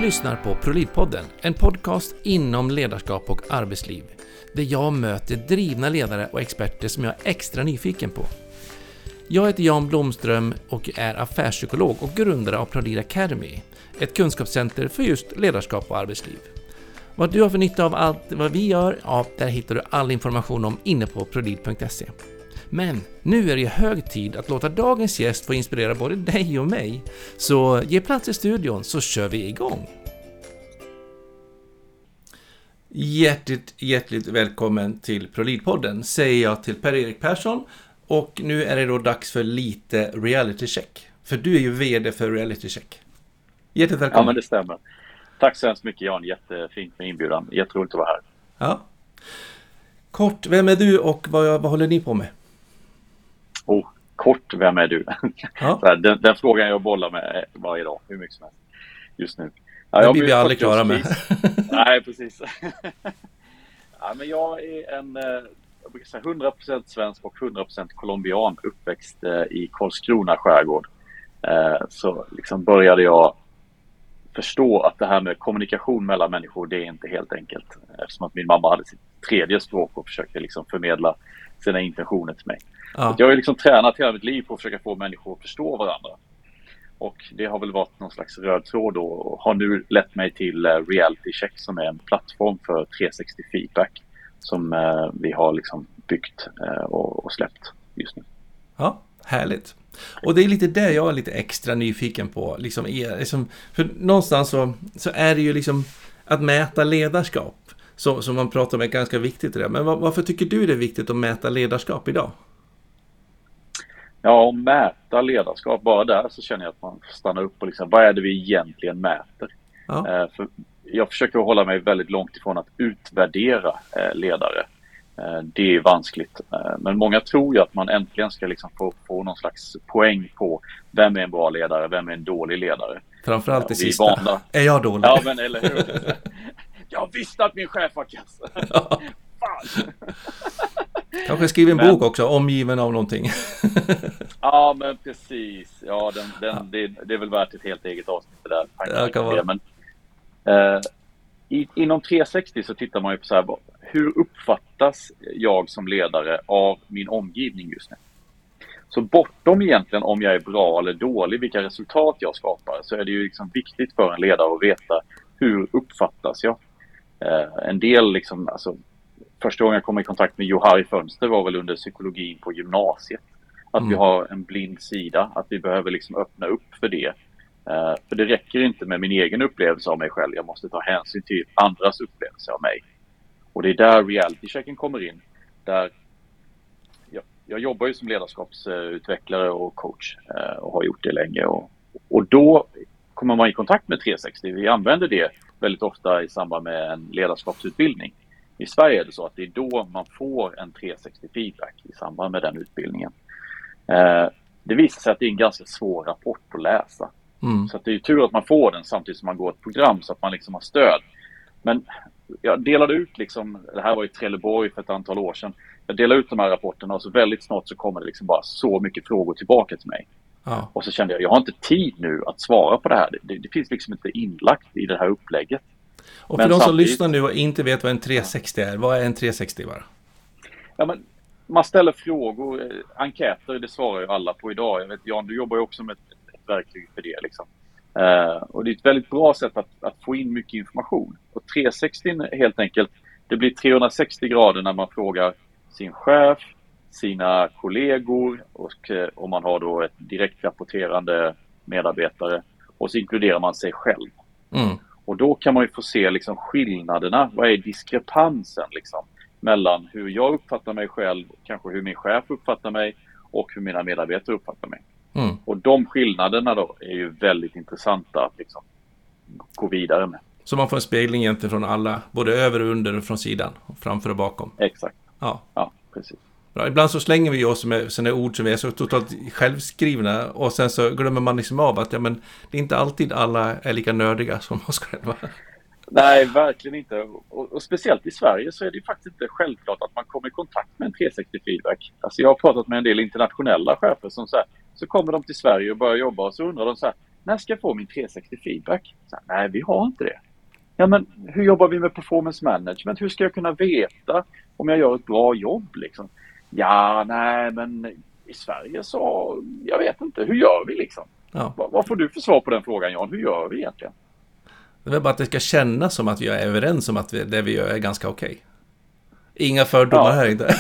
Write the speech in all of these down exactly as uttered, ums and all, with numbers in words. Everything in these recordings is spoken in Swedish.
lyssnar på ProLead-podden, en podcast inom ledarskap och arbetsliv, där jag möter drivna ledare och experter som jag är extra nyfiken på. Jag heter Jan Blomström och är affärspsykolog och grundare av ProLead Academy, ett kunskapscenter för just ledarskap och arbetsliv. Vad du har för nytta av allt vad vi gör, ja, där hittar du all information om inne på prolead punkt se. Men nu är det hög tid att låta dagens gäst få inspirera både dig och mig. Så ge plats i studion så kör vi igång. Hjärtligt, hjärtligt välkommen till ProLead-podden, säger jag till Per-Erik Persson. Och nu är det då dags för lite reality check. För du är ju vd för reality check. Hjärtligt välkommen. Ja, men det stämmer. Tack så hemskt mycket, Jan. Jättefint med inbjudan. Jätteroligt att vara här. Ja. Kort, vem är du och vad, vad håller ni på med? Oh, kort, vem är du? Ja. Så här, den, den frågan jag bollar med varje dag, hur mycket som helst just nu. Ja, det blir vi aldrig klara med. Nej, precis. Ja, men jag är en jag brukar säga hundra procent svensk och hundra procent colombian, uppväxt i Karlskrona skärgård. Så liksom började jag förstå att det här med kommunikation mellan människor, det är inte helt enkelt. Eftersom att min mamma hade sitt tredje språk och försökte liksom förmedla sina intentioner till mig. Ja. Jag har liksom tränat hela mitt liv på att försöka få människor att förstå varandra. Och det har väl varit någon slags röd tråd då, och har nu lett mig till Reality Check, som är en plattform för trehundrasextio feedback som eh, vi har liksom byggt eh, och, och släppt just nu. Ja, härligt. Och det är lite det jag är lite extra nyfiken på. Liksom, liksom, för någonstans så, så är det ju liksom att mäta ledarskap som, som man pratar om är ganska viktigt. Det. Men var, varför tycker du det är viktigt att mäta ledarskap idag? Ja, att mäta ledarskap, bara där så känner jag att man stannar upp och liksom, vad är det vi egentligen mäter? Ja. Eh, för jag försöker hålla mig väldigt långt ifrån att utvärdera eh, ledare. Eh, det är vanskligt. Eh, men många tror ju att man äntligen ska liksom få, få någon slags poäng på vem är en bra ledare, vem är en dålig ledare. Framförallt det eh, sista. Vana... Är jag dålig? Ja, men eller hur? Jag visste att min chef var kass. Ja. Fan! Kanske skriva en men, bok också, omgiven av någonting. Ja, men precis. Ja, den, den, ja. Det, det är väl värt ett helt eget avsnitt där. Ja, kan vara. Men, eh, i, inom trehundrasextio så tittar man ju på så här, hur uppfattas jag som ledare av min omgivning just nu? Så bortom egentligen om jag är bra eller dålig, vilka resultat jag skapar, så är det ju liksom viktigt för en ledare att veta hur uppfattas jag. Eh, en del liksom, alltså första gången jag kom i kontakt med Johari Fönster var väl under psykologin på gymnasiet. Att mm. vi har en blind sida, att vi behöver liksom öppna upp för det. Uh, för det räcker inte med min egen upplevelse av mig själv. Jag måste ta hänsyn till andras upplevelse av mig. Och det är där reality-checken kommer in. Där jag, jag jobbar ju som ledarskapsutvecklare och coach uh, och har gjort det länge. Och, och då kommer man i kontakt med trehundrasextio. Vi använder det väldigt ofta i samband med en ledarskapsutbildning. I Sverige är det så att det är då man får en trehundrasextio feedback i samband med den utbildningen. Eh, det visar sig att det är en ganska svår rapport att läsa. Mm. Så att det är tur att man får den samtidigt som man går ett program så att man liksom har stöd. Men jag delade ut, liksom, det här var i Trelleborg för ett antal år sedan. Jag delade ut de här rapporterna och så väldigt snart så kommer det liksom bara så mycket frågor tillbaka till mig. Ja. Och så kände jag, jag har inte tid nu att svara på det här. Det, det, det finns liksom inte inlagt i det här upplägget. Och för men de som samtidigt... lyssnar nu och inte vet vad en trehundrasextio är, vad är en trehundrasextio bara? Ja, men man ställer frågor, enkäter, det svarar ju alla på idag. Jag vet, Jan, du jobbar ju också med ett, ett verktyg för det. Liksom. Uh, och det är ett väldigt bra sätt att, att få in mycket information. Och trehundrasextio helt enkelt, det blir trehundrasextio grader när man frågar sin chef, sina kollegor och om man har då ett direkt rapporterande medarbetare. Och så inkluderar man sig själv. Mm. Och då kan man ju få se liksom skillnaderna. Vad är diskrepansen liksom, mellan hur jag uppfattar mig själv, kanske hur min chef uppfattar mig och hur mina medarbetare uppfattar mig. Mm. Och de skillnaderna då är ju väldigt intressanta att liksom gå vidare med. Så man får en spegling egentligen från alla, både över och under och från sidan, framför och bakom. Exakt. Ja, ja precis. Bra. Ibland så slänger vi oss med sådana ord som är så totalt självskrivna och sen så glömmer man liksom av att ja, men det är inte alltid alla är lika nördiga som oss själva. Nej, verkligen inte. Och, och speciellt i Sverige så är det ju faktiskt inte självklart att man kommer i kontakt med en trehundrasextio feedback. Alltså jag har pratat med en del internationella chefer som så här, så kommer de till Sverige och börjar jobba och så undrar de så här, när ska jag få min tre sextio feedback? Så här, nej, vi har inte det. Ja, men hur jobbar vi med performance management? Hur ska jag kunna veta om jag gör ett bra jobb liksom? Ja, nej, men i Sverige så, jag vet inte, hur gör vi liksom? Ja. Vad, vad får du för svar på den frågan, Jan? Hur gör vi egentligen? Det är bara att det ska kännas som att vi är överens om att vi, det vi gör är ganska okej. Inga fördomar ja. här inte.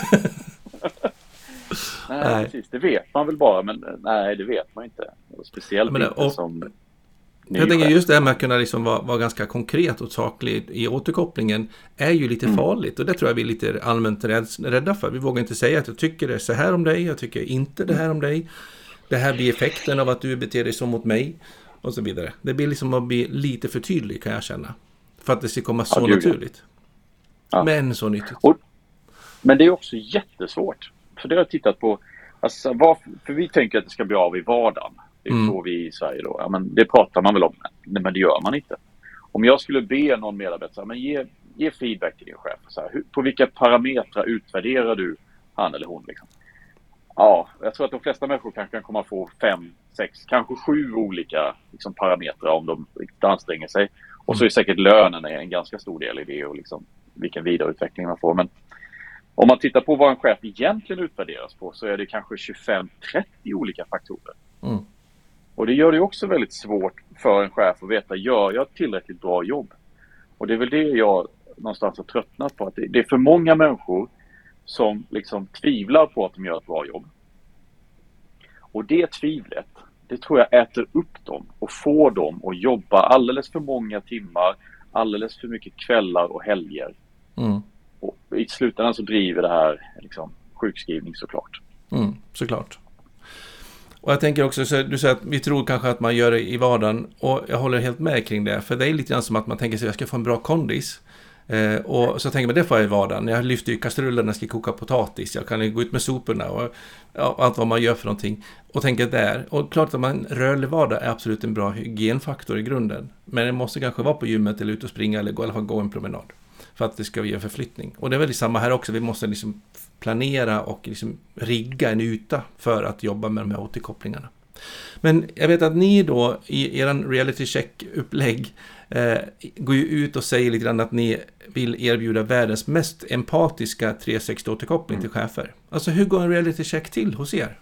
nej, nej, precis. Det vet man väl bara, men nej, det vet man inte. Speciellt men, inte och, som... Jag tänker just det här med att kunna liksom vara, vara ganska konkret och saklig i återkopplingen är ju lite mm. farligt. Och det tror jag vi är lite allmänt rädda för. Vi vågar inte säga att jag tycker det är så här om dig, jag tycker inte det här om dig. Det här blir effekten av att du beter dig så mot mig. Och så vidare. Det blir liksom att bli lite för tydlig, kan jag känna. För att det ska komma så ja, naturligt. Ja. Men så nyttigt. Och, men det är också jättesvårt. För det har jag tittat på. Alltså, var, för vi tänker att det ska bli av i vardagen. Det är mm. så vi i Sverige då. Ja, men det pratar man väl om. Men det gör man inte. Om jag skulle be någon medarbetare, men ge, ge feedback till din chef. Så här, hur, på vilka parametrar utvärderar du han eller hon? Liksom? Ja, jag tror att de flesta människor kan, kan komma få fem, sex, kanske sju olika liksom, parametrar om de anstränger sig. Och så är säkert lönen en ganska stor del i det och liksom, vilken vidareutveckling man får. Men om man tittar på vad en chef egentligen utvärderas på så är det kanske tjugofem trettio olika faktorer. Mm. Och det gör det också väldigt svårt för en chef att veta, gör jag ett tillräckligt bra jobb? Och det är väl det jag någonstans har tröttnat på. Att det, det är för många människor som liksom tvivlar på att de gör ett bra jobb. Och det tvivlet, det tror jag äter upp dem och får dem att jobba alldeles för många timmar, alldeles för mycket kvällar och helger. Mm. Och i slutändan så driver det här liksom, sjukskrivning såklart. Mm, såklart. Och jag tänker också, så du säger att vi tror kanske att man gör det i vardagen, och jag håller helt med kring det, för det är lite grann som att man tänker sig att jag ska få en bra kondis. Eh, och så tänker man, det får jag i vardagen. Jag lyfter ju kastrullen när jag ska koka potatis. Jag kan ju gå ut med soporna och ja, allt vad man gör för någonting. Och tänker där. Och klart att man rörlig vardag är absolut en bra hygienfaktor i grunden. Men det måste kanske vara på gymmet eller ut och springa eller gå, i alla fall gå en promenad. För att det ska ge en förflyttning. Och det är väl samma här också. Vi måste liksom planera och liksom rigga en yta för att jobba med de här återkopplingarna. Men jag vet att ni då i er reality check-upplägg eh, går ju ut och säger lite grann att ni vill erbjuda världens mest empatiska tre sextio återkoppling mm. till chefer. Alltså hur går en reality check till hos er?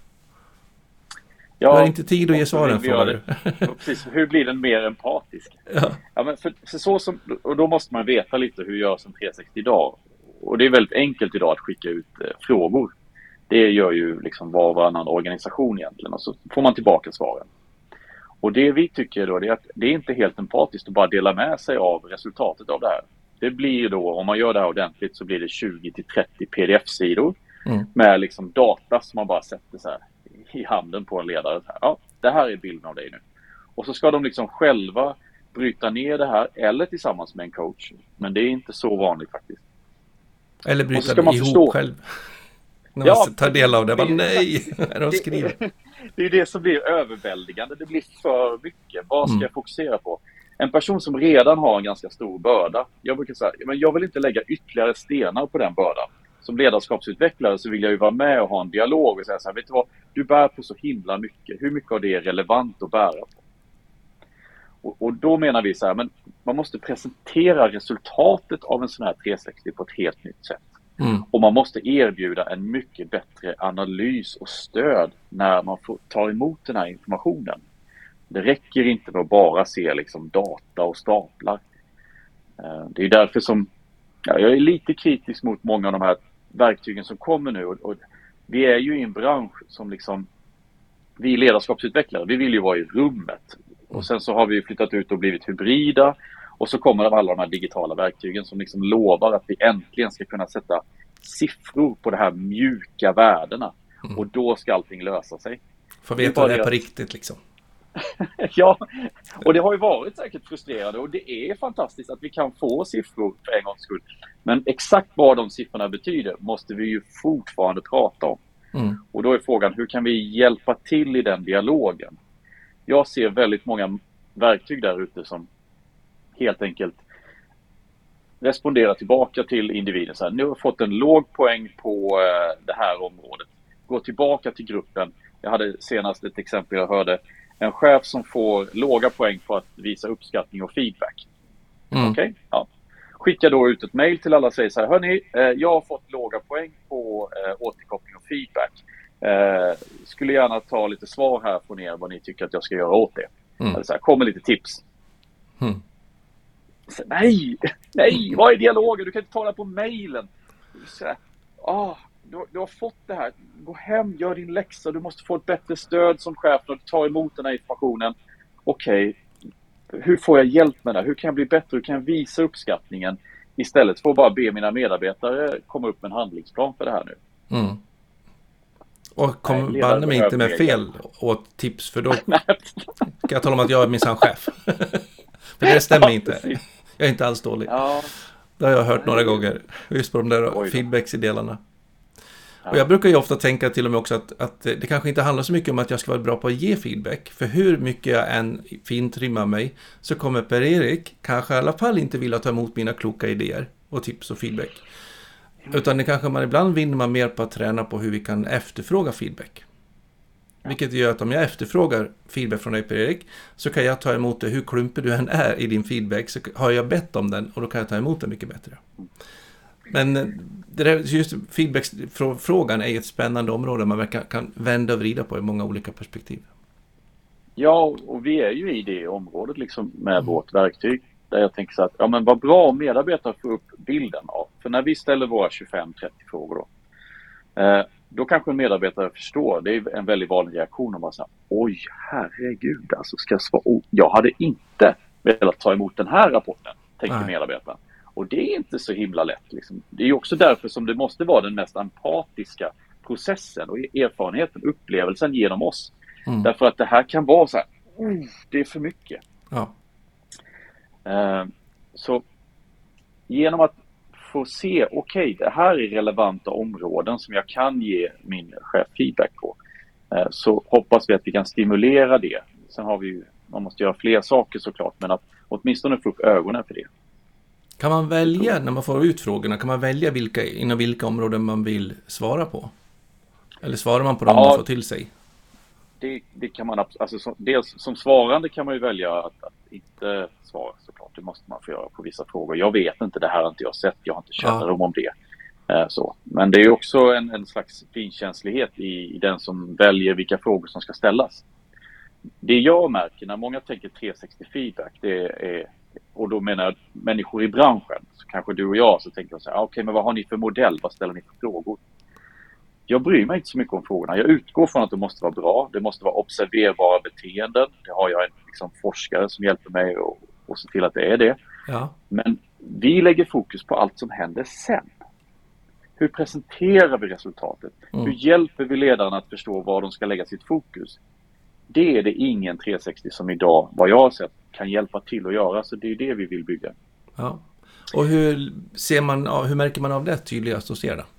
Ja, du har inte tid att ge svaren för det. Precis, hur blir den mer empatisk? Ja. Ja, men för, för så som, och då måste man veta lite hur görs en tre sextio idag. Och det är väldigt enkelt idag att skicka ut eh, frågor. Det gör ju liksom var och varannan organisation egentligen, och så får man tillbaka svaren. Och det vi tycker då är att det är inte helt empatiskt att bara dela med sig av resultatet av det här. Det blir då, om man gör det här ordentligt, så blir det tjugo till trettio pdf-sidor mm. med liksom data som man bara sätter så här i handen på en ledare. Så här, ja, det här är bilden av dig nu. Och så ska de liksom själva bryta ner det här, eller tillsammans med en coach. Men det är inte så vanligt faktiskt. Eller bryta det ihop förstå... själv. När man ja, tar del av det, bara nej, är de skriver. Det är det som blir överväldigande. Det blir för mycket. Vad ska mm. jag fokusera på? En person som redan har en ganska stor börda. Jag brukar säga, men jag vill inte lägga ytterligare stenar på den bördan. Som ledarskapsutvecklare så vill jag ju vara med och ha en dialog och säga så här, vet du vad, du bär på så himla mycket. Hur mycket av det är relevant att bära på? Och, och då menar vi så här, men man måste presentera resultatet av en sån här tre sextio på ett helt nytt sätt. Mm. Och man måste erbjuda en mycket bättre analys och stöd när man får ta emot den här informationen. Det räcker inte med att bara se liksom data och staplar. Det är därför som ja, jag är lite kritisk mot många av de här verktygen som kommer nu. Och vi är ju i en bransch som liksom, vi ledarskapsutvecklare, vi vill ju vara i rummet. Och sen så har vi flyttat ut och blivit hybrida. Och så kommer alla de här digitala verktygen som liksom lovar att vi äntligen ska kunna sätta siffror på de här mjuka värdena. Mm. Och då ska allting lösa sig. Få veta vad det är på riktigt liksom. Ja, och det har ju varit säkert frustrerande. Och det är fantastiskt att vi kan få siffror för en gångs skull. Men exakt vad de siffrorna betyder måste vi ju fortfarande prata om. Mm. Och då är frågan, hur kan vi hjälpa till i den dialogen? Jag ser väldigt många verktyg där ute som helt enkelt respondera tillbaka till individen. Så här, nu har jag fått en låg poäng på eh, det här området. Gå tillbaka till gruppen. Jag hade senast ett exempel jag hörde. en chef som får låga poäng på att visa uppskattning och feedback. Mm. Okej, okay? Ja. Skicka då ut ett mejl till alla och säger så här: hörni, eh, jag har fått låga poäng på eh, återkoppling och feedback. Eh, skulle gärna ta lite svar här från er vad ni tycker att jag ska göra åt det. Mm. Eller så här, kommer lite tips. Mm. Så, nej, nej, vad är dialogen? Du kan inte tala på mejlen. Så här, ah, du, du har fått det här. Gå hem, gör din läxa. Du måste få ett bättre stöd som chef när du tar emot den här informationen. Okej, okay. Hur får jag hjälp med det? Hur kan jag bli bättre? Hur kan jag visa uppskattningen? Istället för att bara be mina medarbetare komma upp med en handlingsplan för det här nu. Mm. Och kom banne mig inte med fel åt tips, för då kan jag tala om att jag är minsann chef. För det stämmer ja, inte. Precis. Jag är inte alls dålig. Ja. Det har jag hört några gånger. Just på de där feedbacks-delarna. Ja. Och jag brukar ju ofta tänka till och med också att, att det kanske inte handlar så mycket om att jag ska vara bra på att ge feedback. För hur mycket jag än fintrimmar mig så kommer Per-Erik kanske i alla fall inte vilja ta emot mina kloka idéer och tips och feedback. Utan det kanske man ibland vinner man mer på att träna på hur vi kan efterfråga feedback. Ja. Vilket gör att om jag efterfrågar feedback från dig, Per-Erik, så kan jag ta emot det hur klumpig du än är i din feedback, så har jag bett om den och då kan jag ta emot den mycket bättre. Men det där, just feedback-frågan är ett spännande område man kan, kan vända och vrida på i många olika perspektiv. Ja, och vi är ju i det området liksom med mm. vårt verktyg. Där jag tänker så att, ja men vad bra om medarbetare får upp bilden av. För när vi ställer våra tjugofem trettio frågor då. Eh, då kanske en medarbetare förstår. Det är en väldigt vanlig reaktion om man säger, oj herregud alltså ska jag svara. Oh, jag hade inte velat ta emot den här rapporten, tänker medarbetaren. Och det är inte så himla lätt. Liksom. Det är ju också därför som det måste vara den mest empatiska processen och erfarenheten, upplevelsen genom oss. Mm. Därför att det här kan vara så här, oh, det är för mycket. Ja. Uh, så genom att få se, okej, okay, det här är relevanta områden som jag kan ge min chef feedback på. Uh, så hoppas vi att vi kan stimulera det. Sen har vi ju, man måste göra fler saker såklart, men att åtminstone få upp ögonen för det. Kan man välja, när man får ut frågorna, kan man välja vilka, inom vilka områden man vill svara på? Eller svarar man på dem ja, man får till sig? Det, det kan man, alltså som, dels som svarande kan man ju välja att, att inte svara såklart. Det måste man få göra på vissa frågor. Jag vet inte, det här har inte jag sett, jag har inte kännedom ja. om det. Eh, så. Men det är också en, en slags finkänslighet i, i den som väljer vilka frågor som ska ställas. Det jag märker när många tänker tre sextio feedback, det är, och då menar jag människor i branschen, så kanske du och jag, så tänker jag så här, okej, okay, men vad har ni för modell, vad ställer ni för frågor? Jag bryr mig inte så mycket om frågorna. Jag utgår från att det måste vara bra, det måste vara observerbara beteenden. Det har jag en liksom, forskare som hjälper mig och, och se till att det är det. Ja. Men vi lägger fokus på allt som händer sen. Hur presenterar vi resultatet? Mm. Hur hjälper vi ledarna att förstå var de ska lägga sitt fokus? Det är det ingen tre sextio som idag, vad jag har sett, kan hjälpa till att göra. Så det är det vi vill bygga. Ja. Och hur ser man, hur märker man av det tydligast hos er då?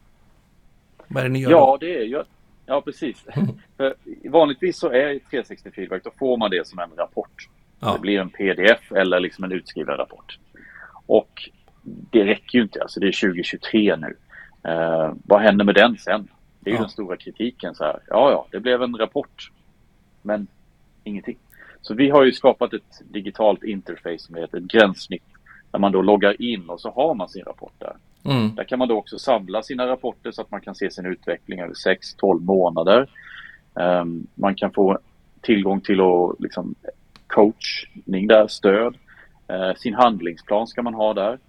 Vad är det ni gör ja, då? det är ju, ja, precis. För vanligtvis så är tre sextio feedback, då får man det som en rapport. Ja. Det blir en P D F eller liksom en utskriven rapport. Och det räcker ju inte, alltså det är tjugo tjugotre nu. Uh, vad händer med den sen? Det är ju ja. den stora kritiken så här. Ja, ja, det blev en rapport. Men ingenting. Så vi har ju skapat ett digitalt interface som heter ett gränssnitt. Där man då loggar in och så har man sin rapport där. Mm. Där kan man då också samla sina rapporter så att man kan se sin utveckling över sex till tolv månader. Um, man kan få tillgång till och, liksom, coachning där, stöd. Uh, sin handlingsplan ska man ha där.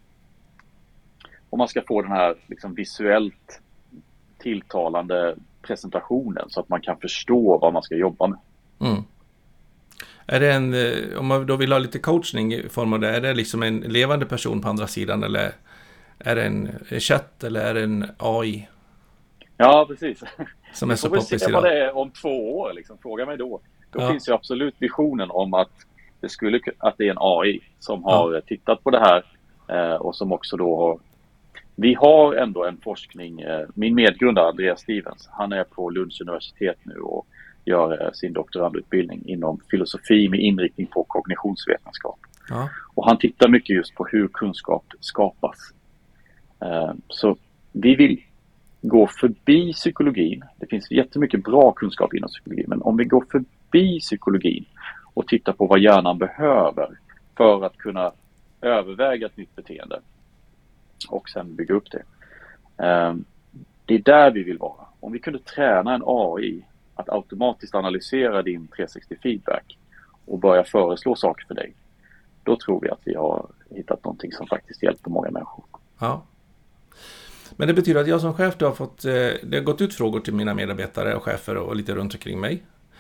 Och man ska få den här liksom, visuellt tilltalande presentationen så att man kan förstå vad man ska jobba med. Mm. Är det en, om man då vill ha lite coachning i form av det, är det liksom en levande person på andra sidan eller är det en chatt eller är det en A I? Ja, precis. Som är så poppis idag. Se vad det är om två år, liksom. Fråga mig då. Då ja. finns ju absolut visionen om att det, skulle, att det är en A I som har ja. tittat på det här eh, och som också då har. Vi har ändå en forskning, eh, min medgrundare Andreas Stevens, han är på Lunds universitet nu och gör sin doktorandutbildning inom filosofi med inriktning på kognitionsvetenskap. Ja. Och han tittar mycket just på hur kunskap skapas. Uh, så vi vill, går förbi psykologin, det finns jättemycket bra kunskap inom psykologi, men om vi går förbi psykologin och tittar på vad hjärnan behöver för att kunna överväga ett nytt beteende och sen bygga upp det. Det är där vi vill vara. Om vi kunde träna en A I att automatiskt analysera din tre sextio feedback och börja föreslå saker för dig, då tror vi att vi har hittat någonting som faktiskt hjälper många människor. Ja. Men det betyder att jag som chef då har fått, det har gått ut frågor till mina medarbetare och chefer och lite runt omkring mig.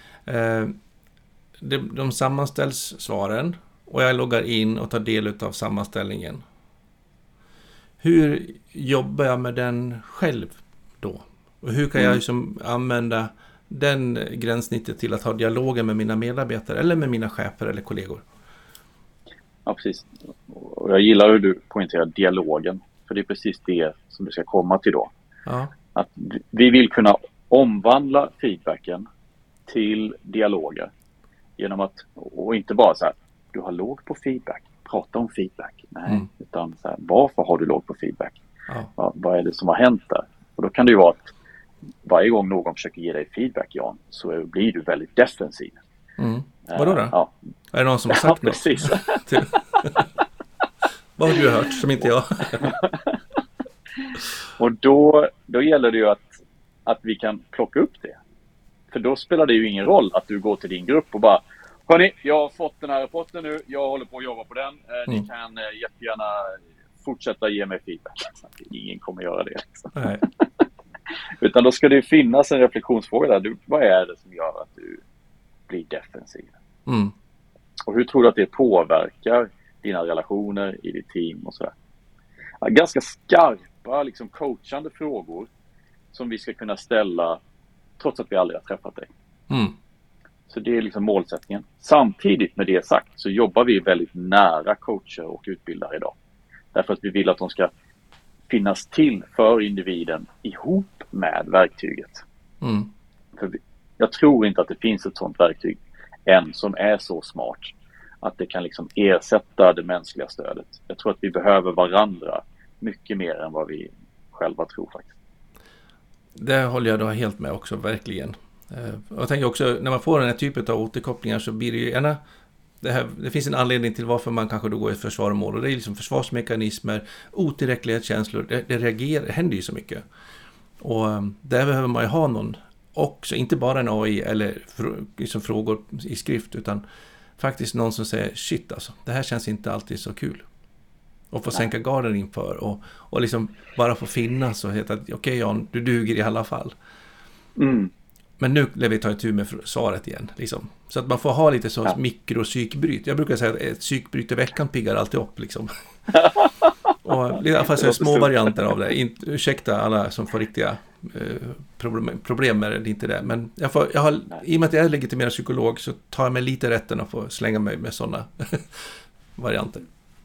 De sammanställs svaren och jag loggar in och tar del av sammanställningen. Hur jobbar jag med den själv då? Och hur kan jag liksom använda den gränssnittet till att ha dialoger med mina medarbetare eller med mina chefer eller kollegor? Ja, precis. Och jag gillar hur du poängterar dialogen. För det är precis det som du ska komma till då. Ja. Att vi vill kunna omvandla feedbacken till dialoger. Genom att, och inte bara så här, du har låg på feedback, prata om feedback. Nej, mm. utan så här, varför har du låg på feedback? Ja. Vad, vad är det som har hänt där? Och då kan det ju vara att varje gång någon försöker ge dig feedback, Jan, så blir du väldigt defensiv. Mm. Vadå då? Uh, ja. Är det någon som har sagt ja, precis. något? Vad har du hört som inte jag? Och då, då gäller det ju att, att vi kan plocka upp det. För då spelar det ju ingen roll att du går till din grupp och bara, hörni, jag har fått den här rapporten nu, jag håller på att jobba på den. Eh, mm. Ni kan eh, jättegärna fortsätta ge mig feedback. Ingen kommer göra det. Liksom. Nej. Utan då ska det finnas en reflektionsfråga där. Du, vad är det som gör att du blir defensiv? Mm. Och hur tror du att det påverkar dina relationer i ditt team och sådär? Ja, ganska skarpa, liksom coachande frågor som vi ska kunna ställa trots att vi aldrig har träffat dig. Mm. Så det är liksom målsättningen. Samtidigt med det sagt så jobbar vi väldigt nära coacher och utbildare idag. Därför att vi vill att de ska finnas till för individen ihop med verktyget. Mm. För vi, jag tror inte att det finns ett sådant verktyg än som är så smart att det kan liksom ersätta det mänskliga stödet. Jag tror att vi behöver varandra mycket mer än vad vi själva tror faktiskt. Det håller jag då helt med också, verkligen. Jag tänker också, när man får den här typen av återkopplingar så blir det ju ena, det, här, det finns en anledning till varför man kanske då går i försvarsmål, och det är liksom försvarsmekanismer, otillräcklighetskänslor, det, det reagerar, det händer ju så mycket. Och där behöver man ju ha någon också, inte bara en A I eller liksom frågor i skrift, utan faktiskt någon som säger, shit alltså, det här känns inte alltid så kul. Och få sänka garden inför och, och liksom bara få finnas och heta att okej okay, Jan, du duger i alla fall. Mm. Men nu lär vi ta ett tur med svaret igen. Liksom. Så att man får ha lite så ja. mikropsykbryt. Jag brukar säga att ett psykbryt i veckan piggar alltid upp. Liksom. Och i alla fall så små varianter av det. In, ursäkta alla som får riktiga eh, problem, problem med det, inte det. Men jag får, jag har, i och med att jag är legitimerad psykolog så tar jag mig lite rätten att få slänga mig med sådana varianter.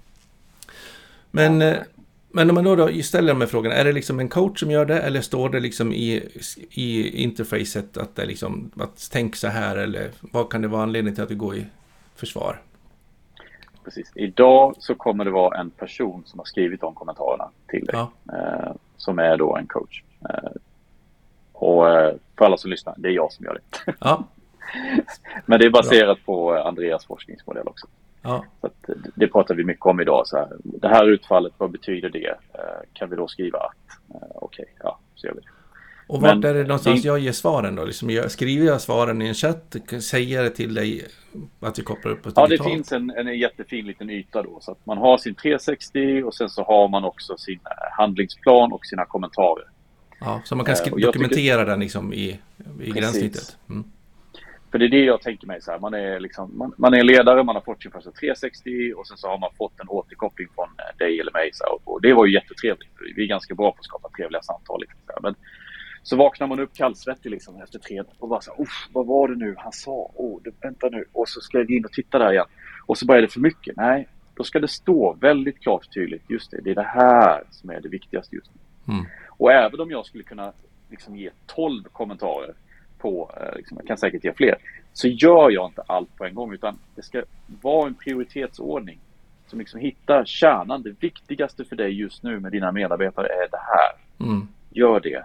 Men, men om man då, då ställer de här frågorna, är det liksom en coach som gör det, eller står det liksom i, i interfacet att det liksom, att tänk så här, eller vad kan det vara anledning till att du går i försvar? Precis. Idag så kommer det vara en person som har skrivit de kommentarerna till dig, ja. eh, som är då en coach. Eh, och eh, för alla som lyssnar, det är jag som gör det. Ja. Men det är baserat Bra. på Andreas forskningsmodell också. Ja. Så att det pratar vi mycket om idag. Så här, det här utfallet, vad betyder det? Kan vi då skriva att? Okej, okay, ja, så gör vi det. Och vart är det någonstans det... jag ger svaren då? Liksom jag, skriver jag svaren i en chatt? Säger det till dig att vi kopplar upp oss Ja, digitalt? det finns en, en jättefin liten yta då. Så att man har sin tre sextio och sen så har man också sin handlingsplan och sina kommentarer. Ja, så man kan skri- dokumentera tycker... den liksom i, i gränssnittet. Mm. För det är det jag tänker mig så här, man är liksom, man, man är ledare, man har fått sin första tre sextio och sen så har man fått en återkoppling från dig eller mig så här, och det var ju jättetrevligt. Vi är ganska bra på att skapa trevliga samtal liksom, så här. Men så vaknar man upp kallsvettig liksom efter tre och bara så här, vad var det nu han sa? Oh, det, vänta nu. Och så ska jag in och titta där igen. Och så bara är det för mycket. Nej, då ska det stå väldigt klart och tydligt, just det, det är det här som är det viktigaste just nu. Mm. Och även om jag skulle kunna liksom ge tolv kommentarer på, liksom, jag kan säkert ge fler, så gör jag inte allt på en gång, utan det ska vara en prioritetsordning som liksom hittar kärnan. Det viktigaste för dig just nu med dina medarbetare är det här. Mm. Gör det.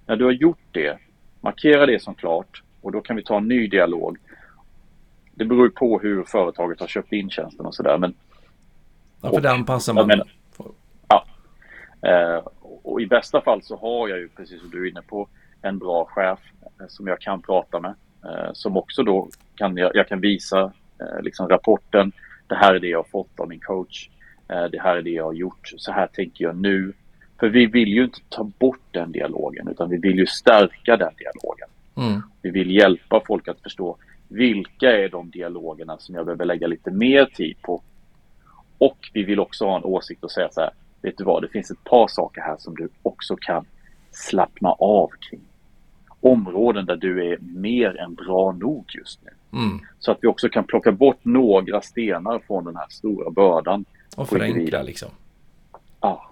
När du har gjort det, markera det som klart och då kan vi ta en ny dialog. Det beror ju på hur företaget har köpt in tjänsten och sådär. Men, ja, för det anpassar man. Men, ja. Eh, och i bästa fall så har jag ju, precis som du är inne på, en bra chef eh, som jag kan prata med. Eh, som också då kan jag, jag kan visa eh, liksom rapporten. Det här är det jag har fått av min coach. Eh, det här är det jag har gjort. Så här tänker jag nu. För vi vill ju inte ta bort den dialogen utan vi vill ju stärka den dialogen. Mm. Vi vill hjälpa folk att förstå vilka är de dialogerna som jag behöver lägga lite mer tid på. Och vi vill också ha en åsikt och säga så här, vet du vad, det finns ett par saker här som du också kan slappna av kring. Områden där du är mer än bra nog just nu. Mm. Så att vi också kan plocka bort några stenar från den här stora bördan. Och förenkla liksom. Ja.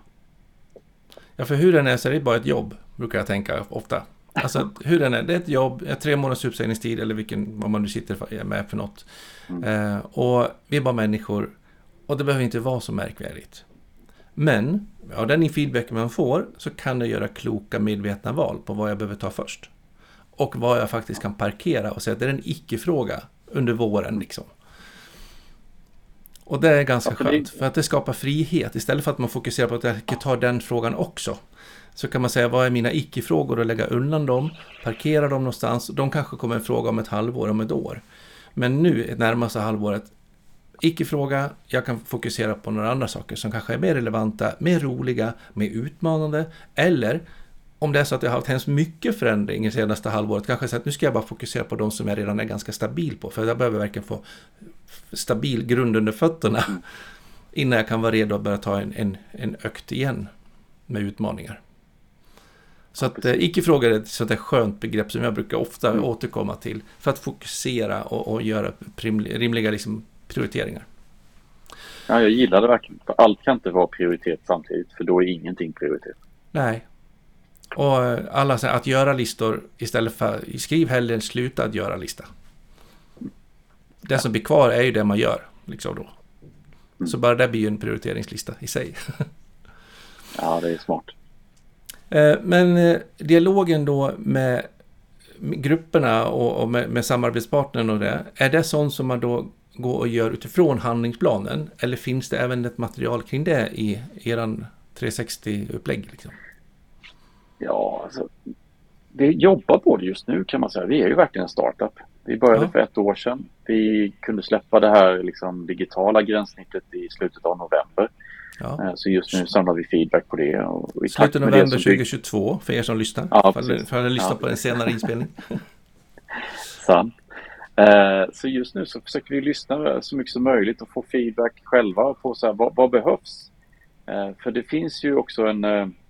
Ja, för hur den är så är det bara ett jobb, brukar jag tänka ofta. Alltså hur den är, det är ett jobb, ett tre månaders uppsägningstid eller vilken, vad man nu sitter med för något. Mm. Eh, och vi är bara människor och det behöver inte vara så märkvärdigt. Men, av den feedback man får så kan jag göra kloka medvetna val på vad jag behöver ta först. Och vad jag faktiskt kan parkera och säga att det är en icke-fråga under våren liksom. Och det är ganska ja, för skönt, det... för att det skapar frihet. Istället för att man fokuserar på att jag kan ta den frågan också. Så kan man säga, vad är mina icke-frågor och lägga undan dem, parkera dem någonstans. De kanske kommer en fråga om ett halvår, om ett år. Men nu, ett närmaste halvåret, icke-fråga, jag kan fokusera på några andra saker som kanske är mer relevanta, mer roliga, mer utmanande. Eller om det är så att jag har haft hemskt mycket förändring i senaste halvåret, kanske så att nu ska jag bara fokusera på de som jag redan är ganska stabil på. För jag behöver verkligen få stabil grund under fötterna innan jag kan vara redo att börja ta en, en, en ökt igen med utmaningar. Så att eh, icke-frågor är ett sånt där skönt begrepp som jag brukar ofta mm. återkomma till för att fokusera och, och göra primli, rimliga liksom, prioriteringar. Ja, jag gillar det verkligen. För allt kan inte vara prioritet samtidigt, för då är ingenting prioritet. Nej. Och alla säger att göra listor istället för, skriv hellre än sluta att göra lista. Det som blir kvar är ju det man gör, liksom då. Mm. Så bara det blir ju en prioriteringslista i sig. Ja, det är smart. Men dialogen då med grupperna och med, med samarbetspartnern och det, är det sånt som man då går och gör utifrån handlingsplanen? Eller finns det även ett material kring det i eran trehundrasextio-upplägg? Liksom? Ja, alltså, vi jobbar på det just nu kan man säga. Vi är ju verkligen en startup. Vi började ja. för ett år sedan. Vi kunde släppa det här liksom, digitala gränssnittet i slutet av november. Ja. Så just nu samlar vi feedback på det. Och i slutet av november tjugohundratjugotvå för er som lyssnar. Ja, för, för att lyssna ja. på en senare inspelning. Sant. Så just nu så försöker vi lyssna så mycket som möjligt och få feedback själva på så här, vad, vad behövs. För det finns ju också en...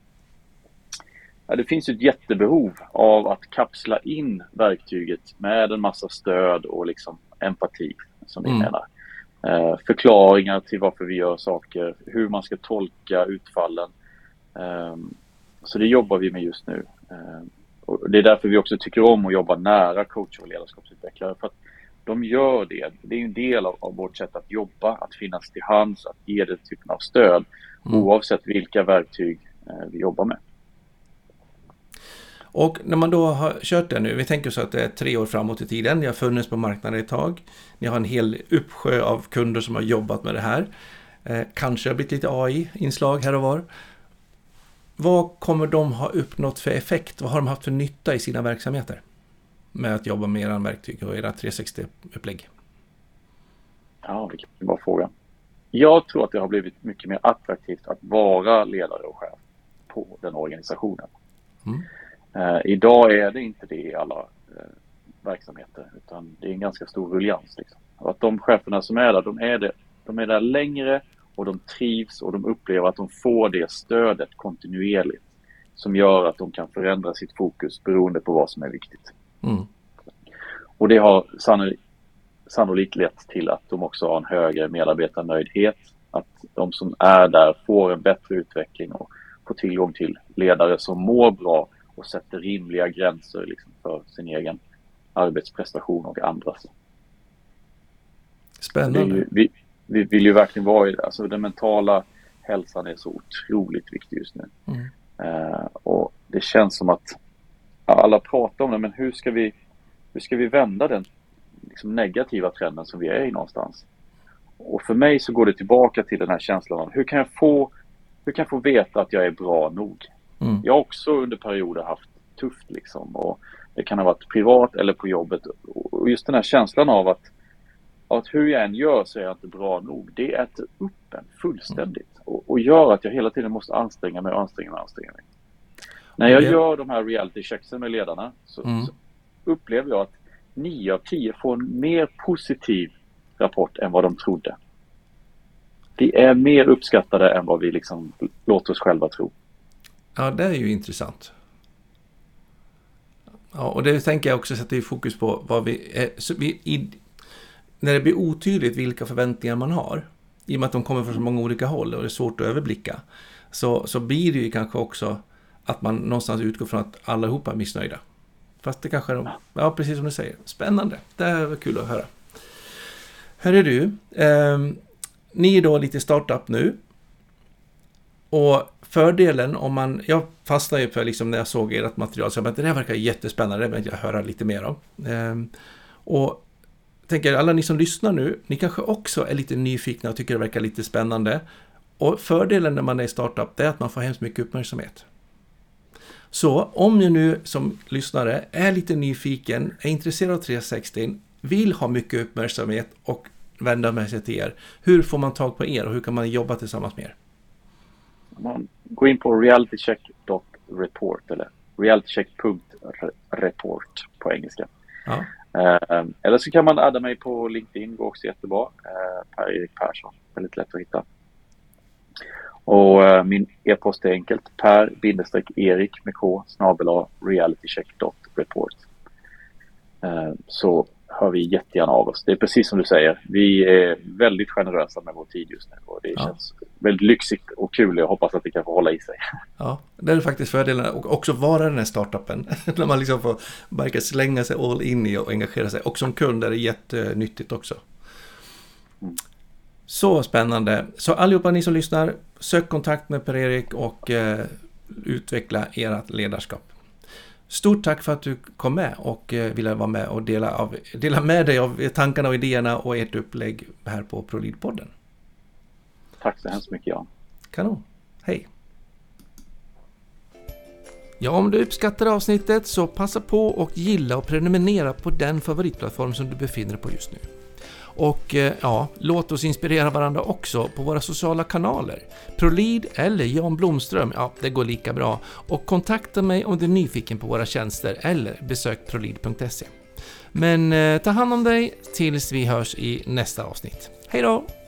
Ja, det finns ju ett jättebehov av att kapsla in verktyget med en massa stöd och liksom empati som vi mm. menar. Eh, förklaringar till varför vi gör saker, hur man ska tolka utfallen. Eh, så det jobbar vi med just nu. Eh, och det är därför vi också tycker om att jobba nära coach och ledarskapsutvecklare. För att de gör det. Det är en del av, av vårt sätt att jobba, att finnas till hands, att ge den typen av stöd. Mm. Oavsett vilka verktyg eh, vi jobbar med. Och när man då har kört det nu, vi tänker så att det är tre år framåt i tiden, ni har funnits på marknaden ett tag, ni har en hel uppsjö av kunder som har jobbat med det här, eh, kanske har blivit lite A I-inslag här och var. Vad kommer de ha uppnått för effekt? Vad har de haft för nytta i sina verksamheter med att jobba med era verktyg och era trehundrasextio-upplägg? Ja, vilken bra fråga. Jag tror att det har blivit mycket mer attraktivt att vara ledare och chef på den organisationen. Mm. Uh, idag är det inte det i alla uh, verksamheter, utan det är en ganska stor ruljans. Liksom. Och att de cheferna som är där, de är, det, de är där längre och de trivs och de upplever att de får det stödet kontinuerligt som gör att de kan förändra sitt fokus beroende på vad som är viktigt. Mm. Och det har sannolikt, sannolikt lett till att de också har en högre medarbetarnöjdhet, att de som är där får en bättre utveckling och får tillgång till ledare som mår bra och sätter rimliga gränser liksom, för sin egen arbetsprestation och andras. Spännande. Ju, vi, vi vill ju verkligen vara i det. Alltså den mentala hälsan är så otroligt viktig just nu. Mm. Uh, och det känns som att alla pratar om det, men hur ska vi, hur ska vi vända den liksom negativa trenden som vi är i någonstans? Och för mig så går det tillbaka till den här känslan av hur kan jag få, hur kan jag få veta att jag är bra nog? Mm. Jag har också under perioder haft tufft liksom, och det kan ha varit privat eller på jobbet, och just den här känslan av att, av att hur jag än gör så är jag inte bra nog, det äter upp en fullständigt och, och gör att jag hela tiden måste anstränga mig och anstränga mig och anstränga mig. När jag gör de här reality checksen med ledarna så, mm. så upplever jag att nio av tio får en mer positiv rapport än vad de trodde. Vi är mer uppskattade än vad vi liksom låter oss själva tro. Ja, det är ju intressant. Ja, och det tänker jag också sätter i fokus på vad vi, är, så vi i, när det blir otydligt vilka förväntningar man har, i och med att de kommer från så många olika håll och det är svårt att överblicka, så, så blir det ju kanske också att man någonstans utgår från att allihopa är missnöjda. Fast det kanske är de, ja, precis som du säger. Spännande. Det är kul att höra. Här är du. Eh, ni är då lite startup nu. Och fördelen om man, jag fastnade ju för liksom när jag såg ert material, så att det här verkar jättespännande, det vill jag höra lite mer om. Eh, och tänker alla ni som lyssnar nu, ni kanske också är lite nyfikna och tycker det verkar lite spännande. Och fördelen när man är i startup, det är att man får hemskt mycket uppmärksamhet. Så om ni nu som lyssnare är lite nyfiken, är intresserad av tre sextio, vill ha mycket uppmärksamhet och vända med sig till er, hur får man tag på er och hur kan man jobba tillsammans med er? Man går in på realitycheck dot report eller realitycheck punkt report på engelska. Ja. Eh, eller så kan man adda mig på LinkedIn, går också jättebra. Eh, Per-Erik Persson, väldigt lätt att hitta. Och eh, min e-post är enkelt, per-erik med k snabel-a realitycheck dot report. Eh, så hör vi jättegärna av oss. Det är precis som du säger, vi är väldigt generösa med vår tid just nu och det ja. känns väldigt lyxigt och kul, och jag hoppas att det kan få hålla i sig. Ja, det är faktiskt fördelen och också vara den här startupen när man liksom får verka slänga sig all in i och engagera sig, och som kund är det jättenyttigt också. Mm. Så spännande. Så allihopa ni som lyssnar, sök kontakt med Per-Erik och eh, utveckla ert ledarskap. Stort tack för att du kom med och eh, ville vara med och dela, av, dela med dig av tankarna och idéerna och ert upplägg här på ProLead-podden. Tack så hemskt mycket, Jan. Kanon. Hej. Ja, om du uppskattar avsnittet så passa på och gilla och prenumerera på den favoritplattform som du befinner dig på just nu. Och ja, låt oss inspirera varandra också på våra sociala kanaler. ProLead eller Jan Blomström, ja det går lika bra. Och kontakta mig om du är nyfiken på våra tjänster eller besök prolead punkt se. Men eh, ta hand om dig tills vi hörs i nästa avsnitt. Hej då!